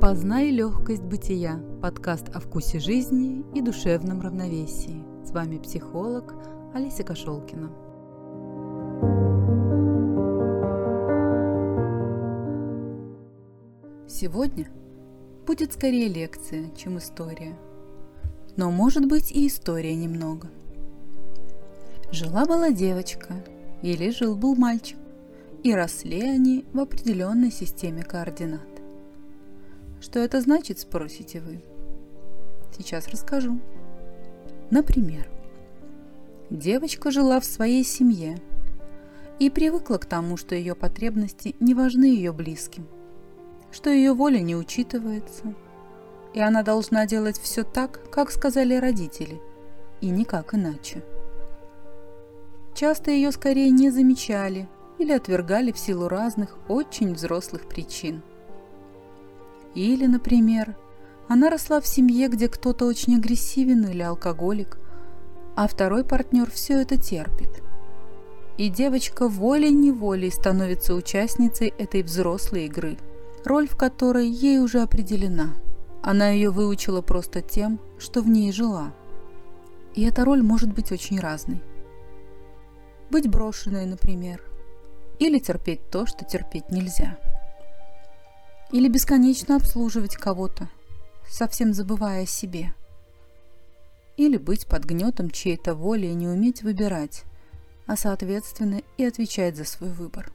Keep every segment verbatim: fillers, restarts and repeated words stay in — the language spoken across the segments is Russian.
Познай легкость бытия. Подкаст о вкусе жизни и душевном равновесии. С вами психолог Олеся Кошелкина. Сегодня будет скорее лекция, чем история. Но может быть и история немного. Жила-была девочка, или жил-был мальчик, и росли они в определенной системе координат. Что это значит, спросите вы? Сейчас расскажу. Например, девочка жила в своей семье и привыкла к тому, что ее потребности не важны ее близким, что ее воля не учитывается, и она должна делать все так, как сказали родители, и никак иначе. Часто ее скорее не замечали или отвергали в силу разных очень взрослых причин. Или, например, она росла в семье, где кто-то очень агрессивен или алкоголик, а второй партнер все это терпит. И девочка волей-неволей становится участницей этой взрослой игры, роль в которой ей уже определена. Она ее выучила просто тем, что в ней жила. И эта роль может быть очень разной. Быть брошенной, например, или терпеть то, что терпеть нельзя. Или бесконечно обслуживать кого-то, совсем забывая о себе. Или быть под гнетом чьей-то воли и не уметь выбирать, а соответственно и отвечать за свой выбор.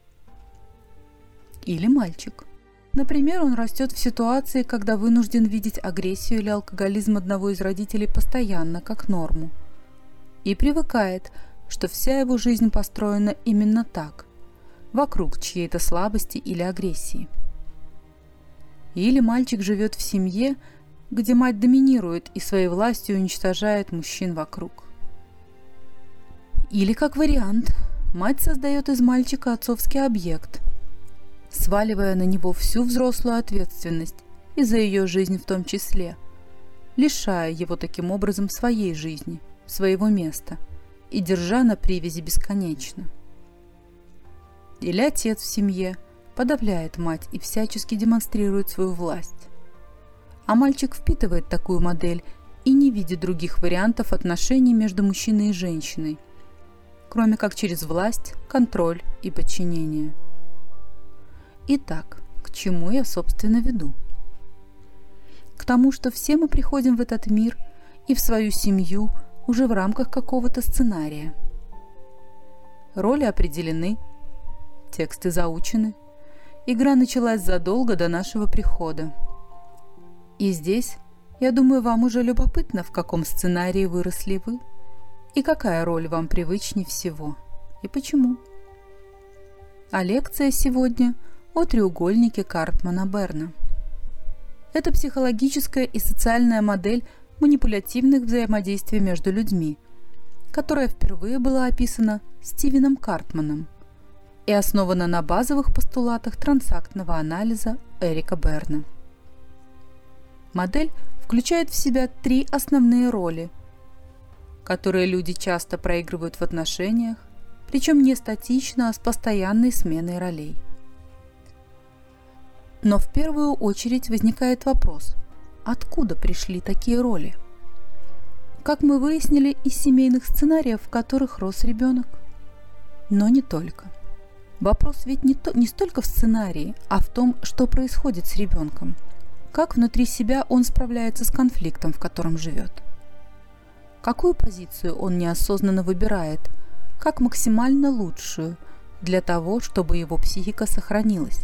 Или мальчик. Например, он растет в ситуации, когда вынужден видеть агрессию или алкоголизм одного из родителей постоянно, как норму. И привыкает, что вся его жизнь построена именно так, вокруг чьей-то слабости или агрессии. Или мальчик живет в семье, где мать доминирует и своей властью уничтожает мужчин вокруг. Или, как вариант, мать создает из мальчика отцовский объект, сваливая на него всю взрослую ответственность и за ее жизнь в том числе, лишая его таким образом своей жизни, своего места и держа на привязи бесконечно. Или отец в семье подавляет мать и всячески демонстрирует свою власть. А мальчик впитывает такую модель и не видит других вариантов отношений между мужчиной и женщиной, кроме как через власть, контроль и подчинение. Итак, к чему я, собственно, веду? К тому, что все мы приходим в этот мир и в свою семью уже в рамках какого-то сценария. Роли определены, тексты заучены, игра началась задолго до нашего прихода. И здесь, я думаю, вам уже любопытно, в каком сценарии выросли вы, и какая роль вам привычнее всего, и почему. А лекция сегодня о треугольнике Карпмана-Берна. Это психологическая и социальная модель манипулятивных взаимодействий между людьми, которая впервые была описана Стивеном Карпманом и основана на базовых постулатах трансактного анализа Эрика Берна. Модель включает в себя три основные роли, которые люди часто проигрывают в отношениях, причем не статично, а с постоянной сменой ролей. Но в первую очередь возникает вопрос, откуда пришли такие роли? Как мы выяснили из семейных сценариев, в которых рос ребенок. Но не только. Вопрос ведь не, то, не столько в сценарии, а в том, что происходит с ребенком. Как внутри себя он справляется с конфликтом, в котором живет. Какую позицию он неосознанно выбирает, как максимально лучшую, для того, чтобы его психика сохранилась.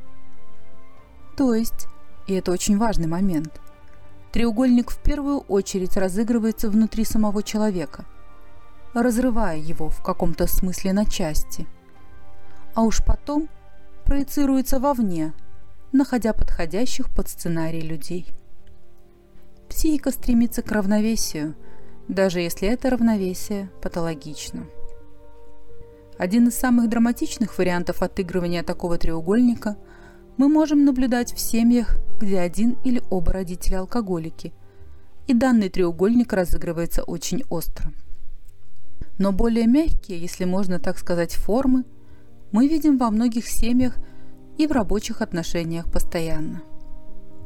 То есть, и это очень важный момент, треугольник в первую очередь разыгрывается внутри самого человека, разрывая его в каком-то смысле на части, а уж потом проецируется вовне, находя подходящих под сценарий людей. Психика стремится к равновесию, даже если это равновесие патологично. Один из самых драматичных вариантов отыгрывания такого треугольника мы можем наблюдать в семьях, где один или оба родителя алкоголики, и данный треугольник разыгрывается очень остро. Но более мягкие, если можно так сказать, формы мы видим во многих семьях и в рабочих отношениях постоянно.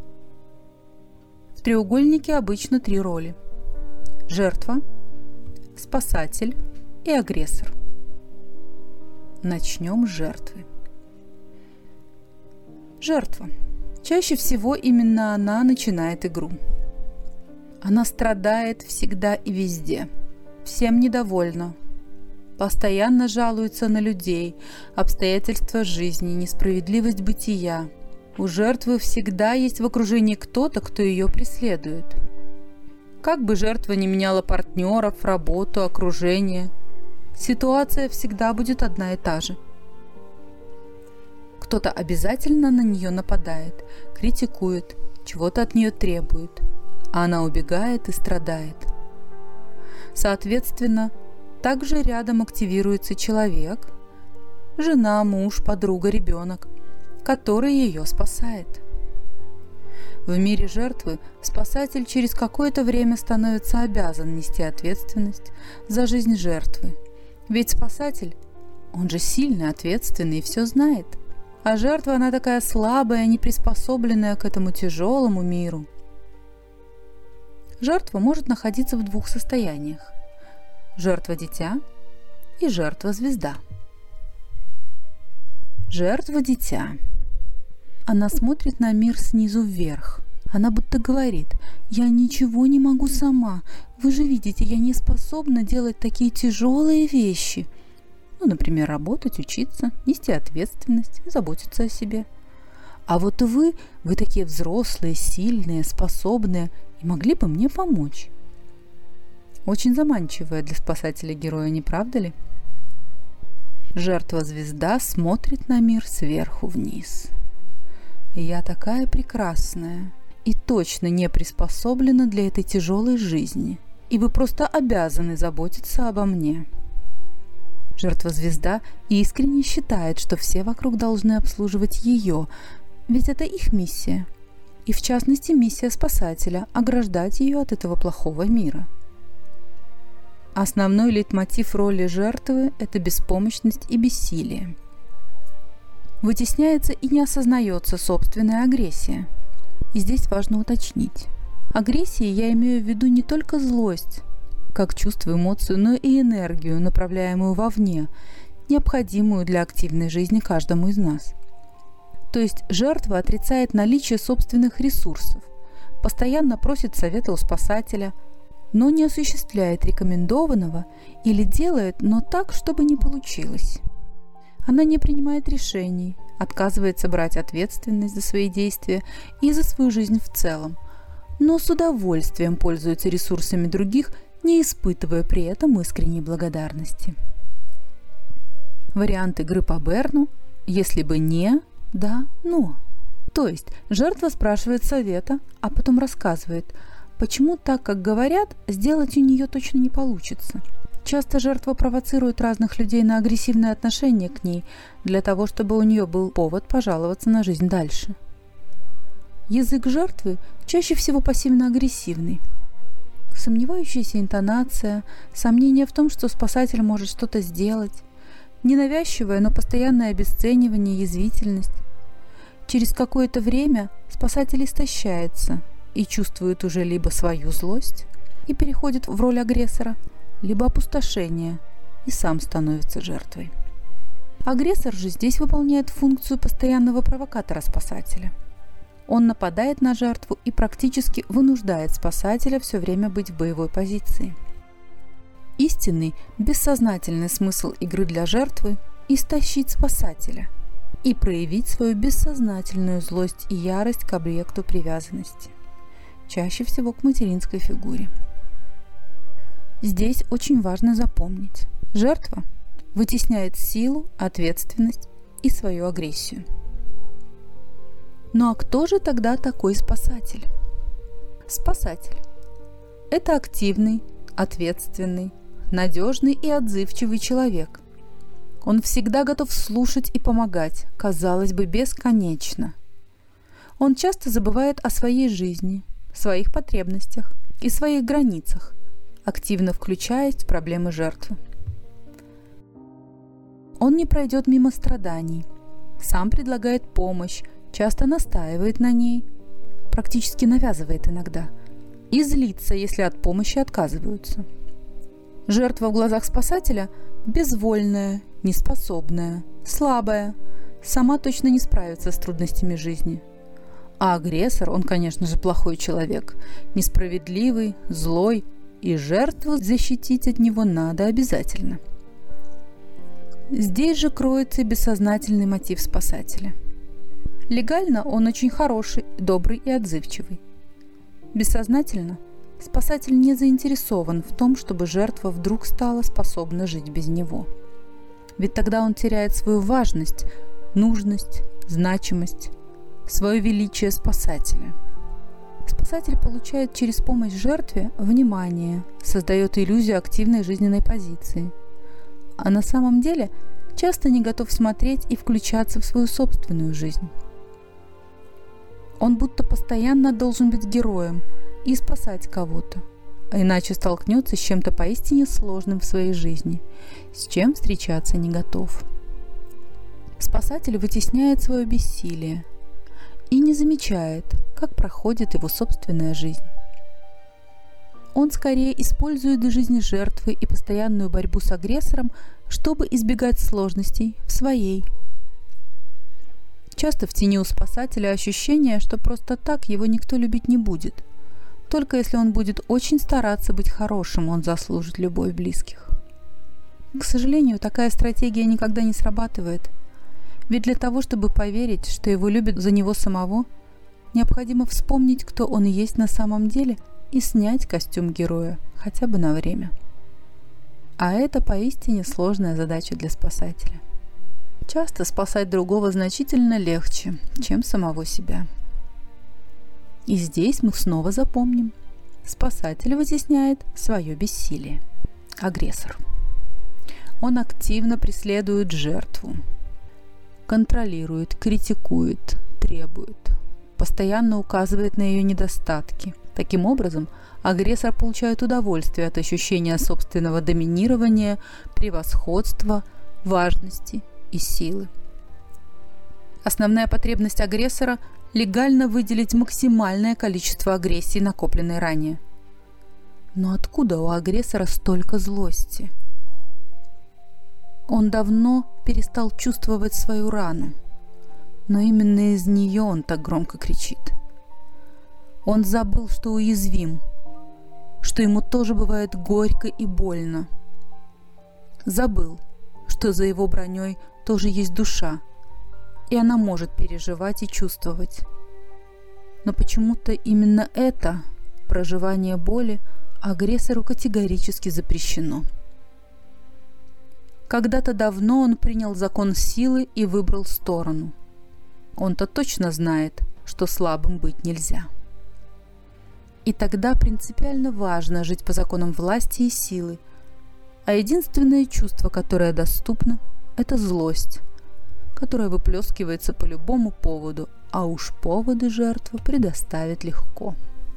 треугольнике обычно три роли: жертва, спасатель и агрессор. Начнем с жертвы. Жертва. Чаще всего именно она начинает игру. Она страдает всегда и везде, всем недовольна, постоянно жалуется на людей, обстоятельства жизни, несправедливость бытия. У жертвы всегда есть в окружении кто-то, кто ее преследует. Как бы жертва ни меняла партнеров, работу, окружение, ситуация всегда будет одна и та же. Кто-то обязательно на нее нападает, критикует, чего-то от нее требует, а она убегает и страдает. Соответственно, также рядом активируется человек, жена, муж, подруга, ребенок, который ее спасает. В мире жертвы спасатель через какое-то время становится обязан нести ответственность за жизнь жертвы. Ведь спасатель, он же сильный, ответственный и все знает. А жертва, она такая слабая, неприспособленная к этому тяжелому миру. Жертва может находиться в двух состояниях: жертва-дитя и жертва-звезда. Жертва-дитя. Она смотрит на мир снизу вверх. Она будто говорит: «Я ничего не могу сама. Вы же видите, я не способна делать такие тяжелые вещи». Ну, например, работать, учиться, нести ответственность, заботиться о себе. А вот вы, вы такие взрослые, сильные, способные и могли бы мне помочь. Очень заманчивая для спасателя героя, не правда ли? Жертва-звезда смотрит на мир сверху вниз. Я такая прекрасная и точно не приспособлена для этой тяжелой жизни, и вы просто обязаны заботиться обо мне. Жертва-звезда искренне считает, что все вокруг должны обслуживать ее, ведь это их миссия. И в частности миссия спасателя – ограждать ее от этого плохого мира. Основной лейтмотив роли жертвы – это беспомощность и бессилие. Вытесняется и не осознается собственная агрессия. И здесь важно уточнить. Агрессией я имею в виду не только злость, как чувство, эмоцию, но и энергию, направляемую вовне, необходимую для активной жизни каждому из нас. То есть жертва отрицает наличие собственных ресурсов, постоянно просит совета у спасателя, но не осуществляет рекомендованного или делает, но так, чтобы не получилось. Она не принимает решений, отказывается брать ответственность за свои действия и за свою жизнь в целом, но с удовольствием пользуется ресурсами других, не испытывая при этом искренней благодарности. Вариант игры по Берну: если бы не, да, но. То есть жертва спрашивает совета, а потом рассказывает, почему так, как говорят, сделать у нее точно не получится. Часто жертва провоцирует разных людей на агрессивное отношение к ней для того, чтобы у нее был повод пожаловаться на жизнь дальше. Язык жертвы чаще всего пассивно-агрессивный. Сомневающаяся интонация, сомнение в том, что спасатель может что-то сделать, ненавязчивое, но постоянное обесценивание, язвительность. Через какое-то время спасатель истощается и чувствует уже либо свою злость и переходит в роль агрессора, либо опустошение и сам становится жертвой. Агрессор же здесь выполняет функцию постоянного провокатора-спасателя. Он нападает на жертву и практически вынуждает спасателя все время быть в боевой позиции. Истинный, бессознательный смысл игры для жертвы – истощить спасателя и проявить свою бессознательную злость и ярость к объекту привязанности, чаще всего к материнской фигуре. Здесь очень важно запомнить: жертва вытесняет силу, ответственность и свою агрессию. Ну а кто же тогда такой спасатель? Спасатель – это активный, ответственный, надежный и отзывчивый человек. Он всегда готов слушать и помогать, казалось бы, бесконечно. Он часто забывает о своей жизни, своих потребностях и своих границах, активно включаясь в проблемы жертвы. Он не пройдет мимо страданий, сам предлагает помощь, часто настаивает на ней, практически навязывает иногда, и злиться, если от помощи отказываются. Жертва в глазах спасателя безвольная, неспособная, слабая, сама точно не справится с трудностями жизни. А агрессор, он, конечно же, плохой человек, несправедливый, злой, и жертву защитить от него надо обязательно. Здесь же кроется бессознательный мотив спасателя. Легально он очень хороший, добрый и отзывчивый. Бессознательно спасатель не заинтересован в том, чтобы жертва вдруг стала способна жить без него. Ведь тогда он теряет свою важность, нужность, значимость, свое величие спасателя. Спасатель получает через помощь жертве внимание, создает иллюзию активной жизненной позиции. А на самом деле часто не готов смотреть и включаться в свою собственную жизнь. Он будто постоянно должен быть героем и спасать кого-то, а иначе столкнется с чем-то поистине сложным в своей жизни, с чем встречаться не готов. Спасатель вытесняет свое бессилие и не замечает, как проходит его собственная жизнь. Он скорее использует жизнь жертвы и постоянную борьбу с агрессором, чтобы избегать сложностей в своей. Часто в тени у спасателя ощущение, что просто так его никто любить не будет. Только если он будет очень стараться быть хорошим, он заслужит любовь близких. К сожалению, такая стратегия никогда не срабатывает. Ведь для того, чтобы поверить, что его любят за него самого, необходимо вспомнить, кто он есть на самом деле, и снять костюм героя, хотя бы на время. А это поистине сложная задача для спасателя. Часто спасать другого значительно легче, чем самого себя. И здесь мы снова запомним. Спасатель вытесняет свое бессилие. Агрессор. Он активно преследует жертву. Контролирует, критикует, требует. Постоянно указывает на ее недостатки. Таким образом, агрессор получает удовольствие от ощущения собственного доминирования, превосходства, важности и силы. Основная потребность агрессора – легально выделить максимальное количество агрессии, накопленной ранее. Но откуда у агрессора столько злости? Он давно перестал чувствовать свою рану, но именно из нее он так громко кричит. Он забыл, что уязвим, что ему тоже бывает горько и больно. Забыл, что за его броней тоже есть душа, и она может переживать и чувствовать. Но почему-то именно это, проживание боли, агрессору категорически запрещено. Когда-то давно он принял закон силы и выбрал сторону. Он-то точно знает, что слабым быть нельзя. И тогда принципиально важно жить по законам власти и силы, а единственное чувство, которое доступно, это злость, которая выплескивается по любому поводу, а уж поводы жертва предоставит легко.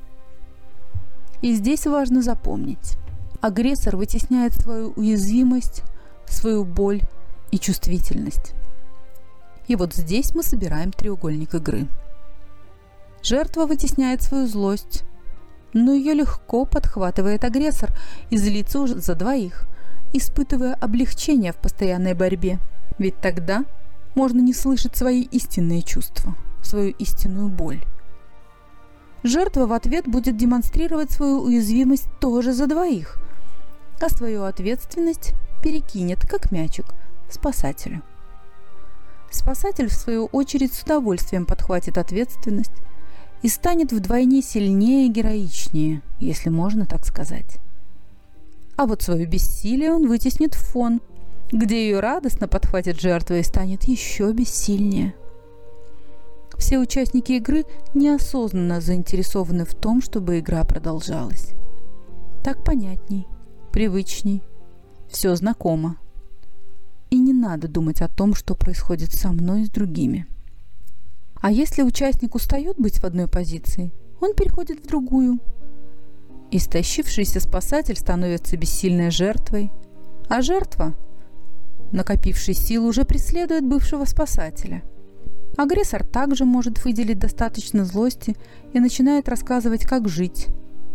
И здесь важно запомнить: агрессор вытесняет свою уязвимость, свою боль и чувствительность. И вот здесь мы собираем треугольник игры. Жертва вытесняет свою злость, но ее легко подхватывает агрессор и злится уже за двоих, испытывая облегчение в постоянной борьбе. Ведь тогда можно не слышать свои истинные чувства, свою истинную боль. Жертва в ответ будет демонстрировать свою уязвимость тоже за двоих, а свою ответственность перекинет, как мячик, спасателю. Спасатель, в свою очередь, с удовольствием подхватит ответственность и станет вдвойне сильнее и героичнее, если можно так сказать. А вот свое бессилие он вытеснит в фон, где ее радостно подхватит жертва и станет еще бессильнее. Все участники игры неосознанно заинтересованы в том, чтобы игра продолжалась. Так понятней, привычней, все знакомо. И не надо думать о том, что происходит со мной и с другими. А если участник устает быть в одной позиции, он переходит в другую. Истощившийся спасатель становится бессильной жертвой, а жертва, накопивший силу, уже преследует бывшего спасателя. Агрессор также может выделить достаточно злости и начинает рассказывать, как жить,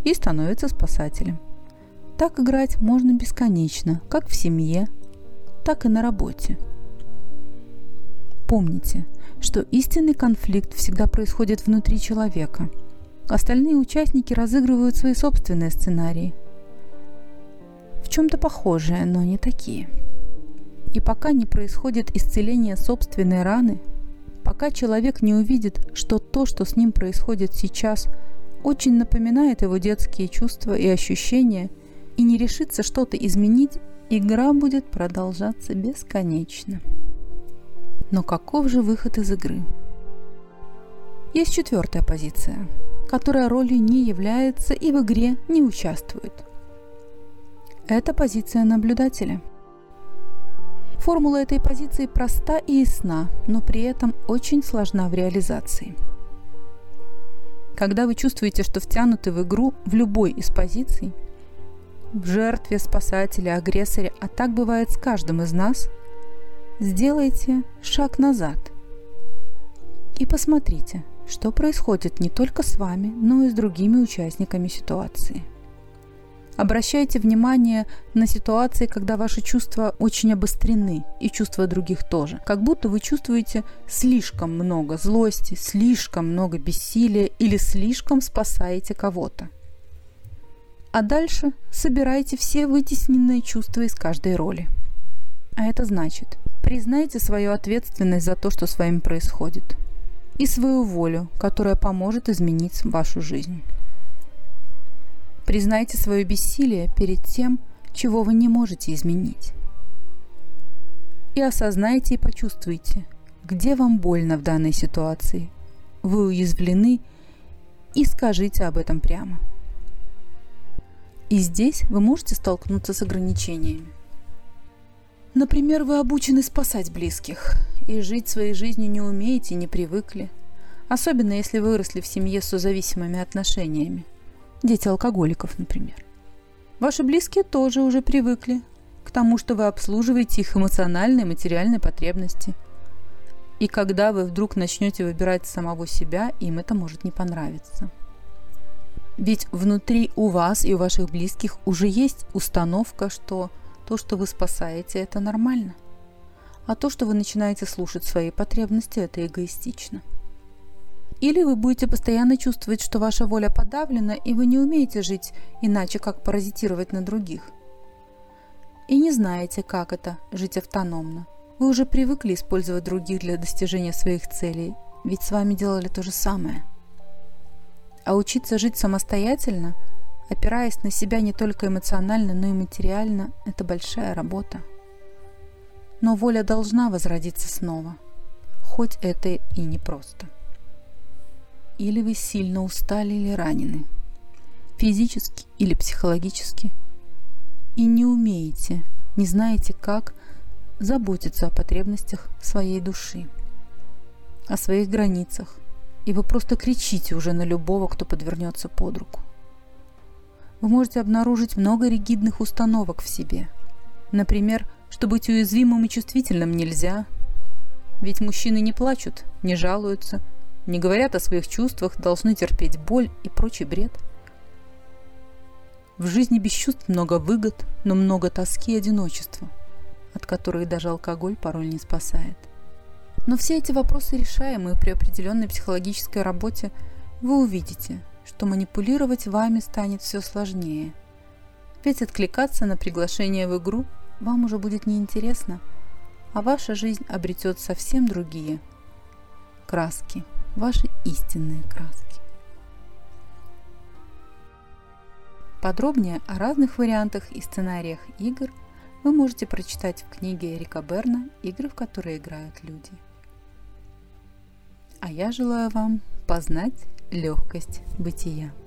и становится спасателем. Так играть можно бесконечно, как в семье, так и на работе. Помните, что истинный конфликт всегда происходит внутри человека. Остальные участники разыгрывают свои собственные сценарии. В чем-то похожие, но не такие. И пока не происходит исцеление собственной раны, пока человек не увидит, что то, что с ним происходит сейчас, очень напоминает его детские чувства и ощущения, и не решится что-то изменить, игра будет продолжаться бесконечно. Но каков же выход из игры? Есть четвертая позиция, которая ролью не является и в игре не участвует. Это позиция наблюдателя. Формула этой позиции проста и ясна, но при этом очень сложна в реализации. Когда вы чувствуете, что втянуты в игру в любой из позиций, в жертве, спасателе, агрессоре, а так бывает с каждым из нас, сделайте шаг назад и посмотрите, что происходит не только с вами, но и с другими участниками ситуации. Обращайте внимание на ситуации, когда ваши чувства очень обострены, и чувства других тоже. Как будто вы чувствуете слишком много злости, слишком много бессилия или слишком спасаете кого-то. А дальше собирайте все вытесненные чувства из каждой роли. А это значит, признайте свою ответственность за то, что с вами происходит, и свою волю, которая поможет изменить вашу жизнь. Признайте свое бессилие перед тем, чего вы не можете изменить. И осознайте и почувствуйте, где вам больно в данной ситуации. Вы уязвлены, и скажите об этом прямо. И здесь вы можете столкнуться с ограничениями. Например, вы обучены спасать близких, и жить своей жизнью не умеете, не привыкли. Особенно если вы выросли в семье с созависимыми отношениями. Дети алкоголиков, например. Ваши близкие тоже уже привыкли к тому, что вы обслуживаете их эмоциональные и материальные потребности. И когда вы вдруг начнете выбирать самого себя, им это может не понравиться. Ведь внутри у вас и у ваших близких уже есть установка, что то, что вы спасаете, это нормально. А то, что вы начинаете слушать свои потребности, это эгоистично. Или вы будете постоянно чувствовать, что ваша воля подавлена, и вы не умеете жить иначе, как паразитировать на других. И не знаете, как это – жить автономно. Вы уже привыкли использовать других для достижения своих целей, ведь с вами делали то же самое. А учиться жить самостоятельно, опираясь на себя не только эмоционально, но и материально – это большая работа. Но воля должна возродиться снова, хоть это и непросто. Или вы сильно устали или ранены, физически или психологически, и не умеете, не знаете как заботиться о потребностях своей души, о своих границах, и вы просто кричите уже на любого, кто подвернется под руку. Вы можете обнаружить много ригидных установок в себе. Например, что быть уязвимым и чувствительным нельзя, ведь мужчины не плачут, не жалуются, не говорят о своих чувствах, должны терпеть боль и прочий бред. В жизни без чувств много выгод, но много тоски и одиночества, от которых даже алкоголь порой не спасает. Но все эти вопросы решаемые при определенной психологической работе, вы увидите, что манипулировать вами станет все сложнее. Ведь откликаться на приглашение в игру вам уже будет неинтересно, а ваша жизнь обретет совсем другие краски. Ваши истинные краски. Подробнее о разных вариантах и сценариях игр вы можете прочитать в книге Эрика Берна «Игры, в которые играют люди». А я желаю вам познать легкость бытия.